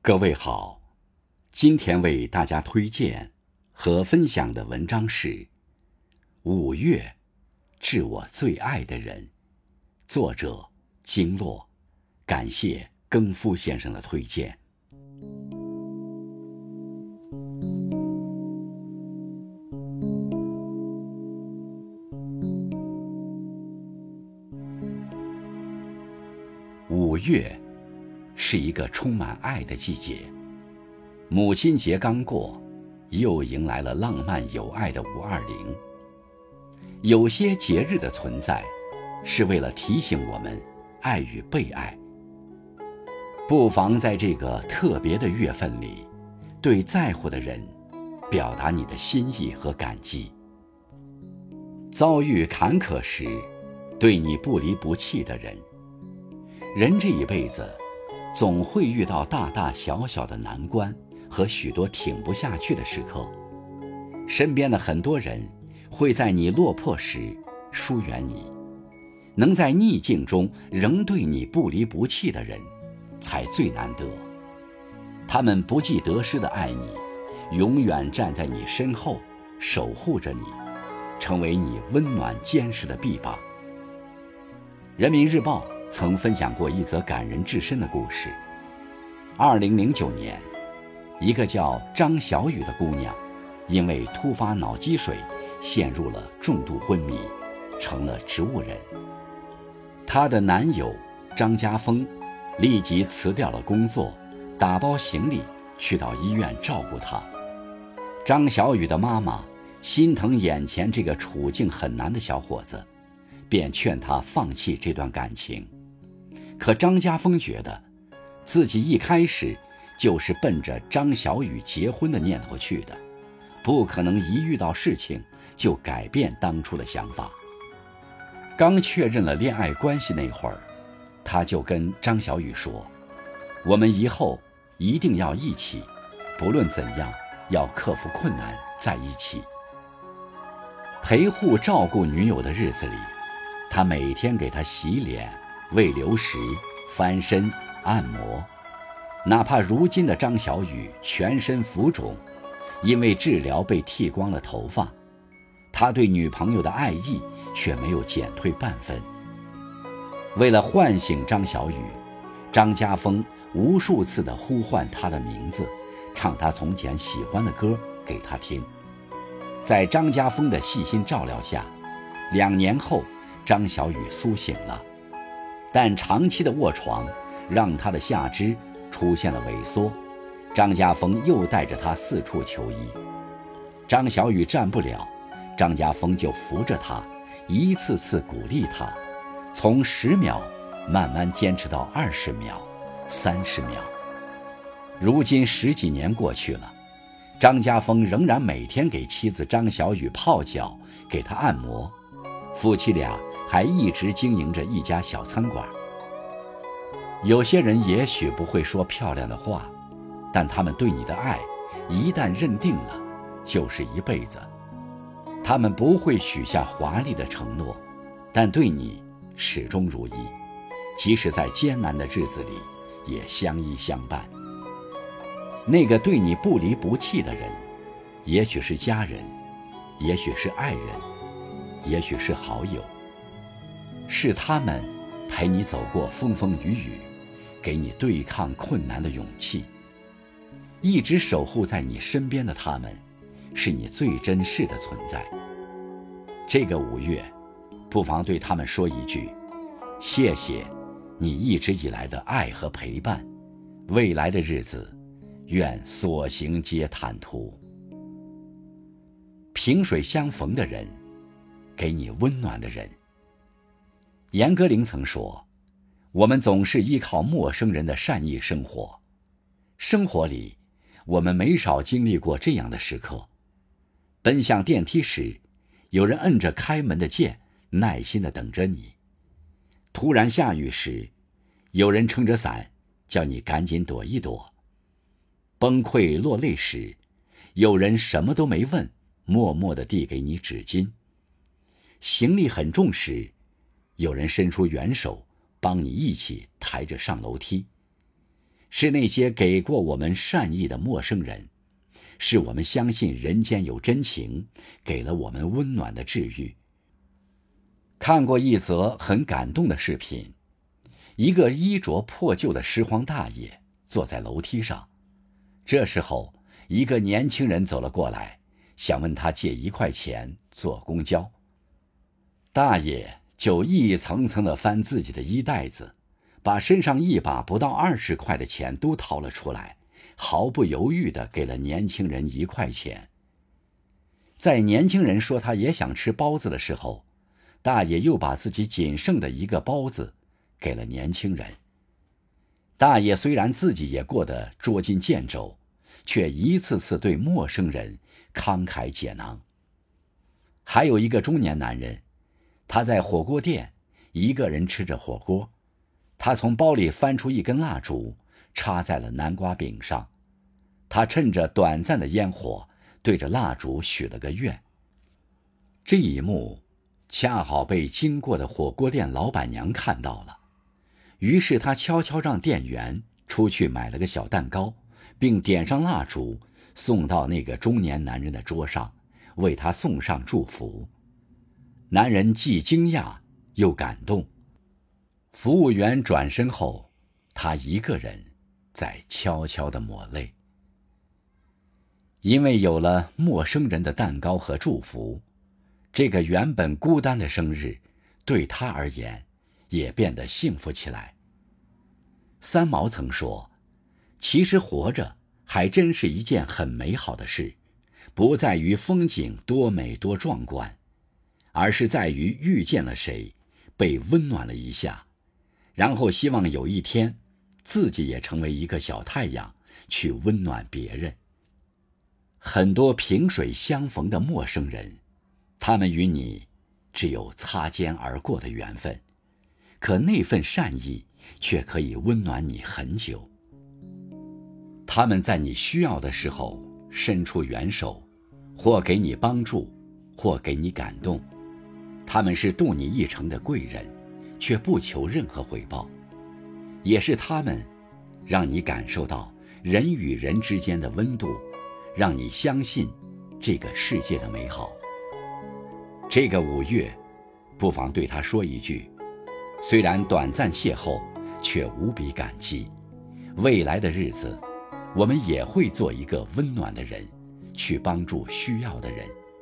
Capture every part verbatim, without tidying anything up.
各位好，今天为大家推荐和分享的文章是《五月致我最爱的人》，作者经络，感谢更夫先生的推荐。五月是一个充满爱的季节，母亲节刚过，又迎来了浪漫有爱的五二零。有些节日的存在，是为了提醒我们爱与被爱。不妨在这个特别的月份里，对在乎的人表达你的心意和感激。遭遇坎坷时，对你不离不弃的人。人这一辈子总会遇到大大小小的难关和许多挺不下去的时刻，身边的很多人会在你落魄时疏远你，能在逆境中仍对你不离不弃的人才最难得。他们不计得失地爱你，永远站在你身后守护着你，成为你温暖坚实的臂膀。人民日报曾分享过一则感人至深的故事。二零零九年，一个叫张小雨的姑娘，因为突发脑积水，陷入了重度昏迷，成了植物人。她的男友张家峰立即辞掉了工作，打包行李去到医院照顾她。张小雨的妈妈心疼眼前这个处境很难的小伙子，便劝他放弃这段感情。可张家峰觉得自己一开始就是奔着张小雨结婚的念头去的，不可能一遇到事情就改变当初的想法。刚确认了恋爱关系那会儿，他就跟张小雨说，我们以后一定要一起，不论怎样要克服困难在一起。陪护照顾女友的日子里，他每天给她洗脸、喂流食、翻身、按摩。哪怕如今的张小雨全身浮肿，因为治疗被剃光了头发，他对女朋友的爱意却没有减退半分。为了唤醒张小雨，张家峰无数次地呼唤她的名字，唱她从前喜欢的歌给她听。在张家峰的细心照料下，两年后张小雨苏醒了，但长期的卧床让她的下肢出现了萎缩。张家峰又带着她四处求医，张小雨站不了，张家峰就扶着她，一次次鼓励她，从十秒慢慢坚持到二十秒、三十秒。如今十几年过去了，张家峰仍然每天给妻子张小雨泡脚，给她按摩，夫妻俩还一直经营着一家小餐馆。有些人也许不会说漂亮的话，但他们对你的爱一旦认定了，就是一辈子。他们不会许下华丽的承诺，但对你始终如一，即使在艰难的日子里也相依相伴。那个对你不离不弃的人，也许是家人，也许是爱人，也许是好友，是他们陪你走过风风雨雨，给你对抗困难的勇气。一直守护在你身边的他们，是你最珍视的存在。这个五月，不妨对他们说一句，谢谢你一直以来的爱和陪伴，未来的日子愿所行皆坦途。萍水相逢的人，给你温暖的人。严歌苓曾说，我们总是依靠陌生人的善意生活。生活里，我们没少经历过这样的时刻。奔向电梯时，有人摁着开门的键，耐心地等着你。突然下雨时，有人撑着伞，叫你赶紧躲一躲。崩溃落泪时，有人什么都没问，默默地递给你纸巾。行李很重时，有人伸出援手，帮你一起抬着上楼梯。 是那些给过我们善意的陌生人，是我们相信人间有真情，给了我们温暖的治愈。看过一则很感动的视频，一个衣着破旧的拾荒大爷坐在楼梯上，这时候一个年轻人走了过来，想问他借一块钱坐公交。大爷就一层层地翻自己的衣袋子，把身上一把不到二十块的钱都掏了出来，毫不犹豫地给了年轻人一块钱。在年轻人说他也想吃包子的时候，大爷又把自己仅剩的一个包子给了年轻人。大爷虽然自己也过得捉襟见肘，却一次次对陌生人慷慨解囊。还有一个中年男人，他在火锅店一个人吃着火锅，他从包里翻出一根蜡烛，插在了南瓜饼上。他趁着短暂的烟火，对着蜡烛许了个愿。这一幕恰好被经过的火锅店老板娘看到了，于是她悄悄让店员出去买了个小蛋糕，并点上蜡烛，送到那个中年男人的桌上，为他送上祝福。男人既惊讶又感动。服务员转身后，他一个人在悄悄地抹泪。因为有了陌生人的蛋糕和祝福，这个原本孤单的生日对他而言也变得幸福起来。三毛曾说，其实活着还真是一件很美好的事，不在于风景多美多壮观，而是在于遇见了谁，被温暖了一下，然后希望有一天自己也成为一个小太阳，去温暖别人。很多萍水相逢的陌生人，他们与你只有擦肩而过的缘分，可那份善意却可以温暖你很久。他们在你需要的时候伸出援手，或给你帮助，或给你感动。他们是渡你一程的贵人，却不求任何回报。也是他们让你感受到人与人之间的温度，让你相信这个世界的美好。这个五月，不妨对他说一句，虽然短暂邂逅，却无比感激。未来的日子，我们也会做一个温暖的人，去帮助需要的人。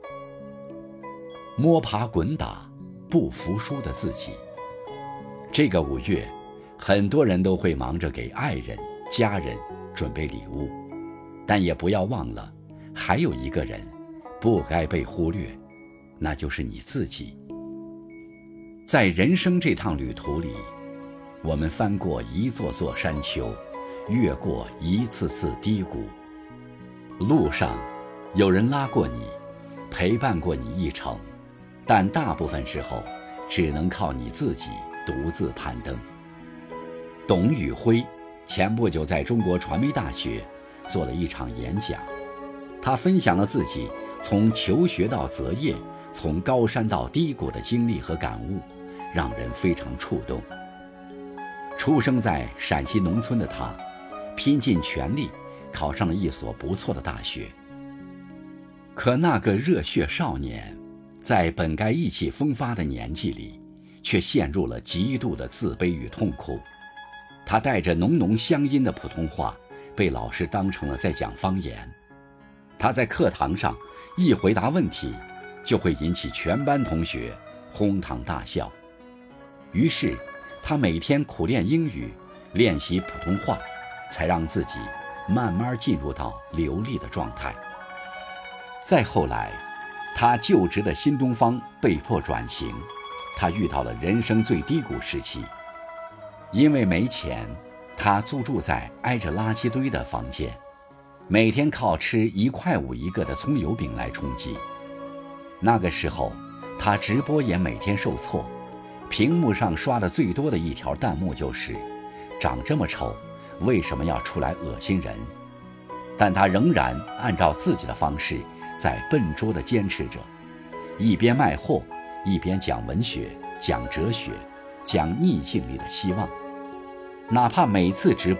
摸爬滚打，不服输的自己。这个五月，很多人都会忙着给爱人、家人准备礼物，但也不要忘了，还有一个人不该被忽略，那就是你自己。在人生这趟旅途里，我们翻过一座座山丘，越过一次次低谷。路上有人拉过你，陪伴过你一程，但大部分时候只能靠你自己独自攀登。董宇辉前不久在中国传媒大学做了一场演讲，他分享了自己从求学到择业，从高山到低谷的经历和感悟，让人非常触动。出生在陕西农村的他，拼尽全力考上了一所不错的大学。可那个热血少年，在本该意气风发的年纪里，却陷入了极度的自卑与痛苦。他带着浓浓乡音的普通话，被老师当成了在讲方言。他在课堂上一回答问题，就会引起全班同学哄堂大笑。于是他每天苦练英语，练习普通话，才让自己慢慢进入到流利的状态。再后来，他就职的新东方被迫转型，他遇到了人生最低谷时期。因为没钱，他租住在挨着垃圾堆的房间，每天靠吃一块五一个的葱油饼来充饥。那个时候，他直播也每天受挫，屏幕上刷的最多的一条弹幕就是“长这么丑，为什么要出来恶心人？”但他仍然按照自己的方式在笨拙地坚持着，一边卖货，一边讲文学，讲哲学，讲逆境里的希望。哪怕每次直播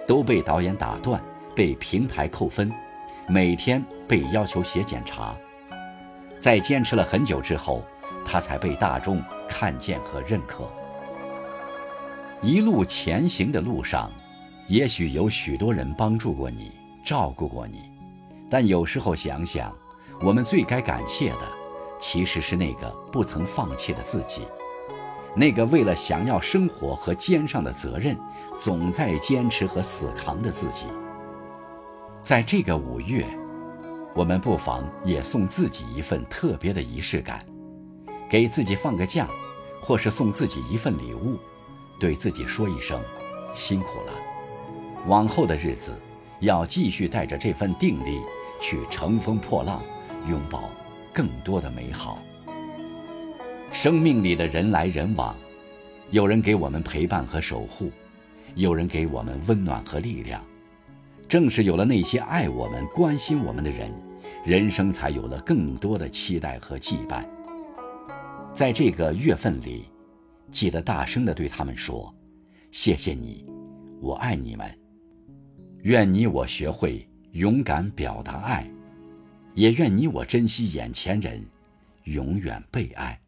都被导演打断，被平台扣分，每天被要求写检查。在坚持了很久之后，他才被大众看见和认可。一路前行的路上，也许有许多人帮助过你，照顾过你，但有时候想想，我们最该感谢的其实是那个不曾放弃的自己，那个为了想要生活和肩上的责任总在坚持和死扛的自己。在这个五月，我们不妨也送自己一份特别的仪式感，给自己放个假，或是送自己一份礼物，对自己说一声辛苦了。往后的日子要继续带着这份定力去乘风破浪，拥抱更多的美好。生命里的人来人往，有人给我们陪伴和守护，有人给我们温暖和力量。正是有了那些爱我们关心我们的人，人生才有了更多的期待和羁绊。在这个月份里，记得大声地对他们说，谢谢你，我爱你们。愿你我学会勇敢表达爱，也愿你我珍惜眼前人，永远被爱。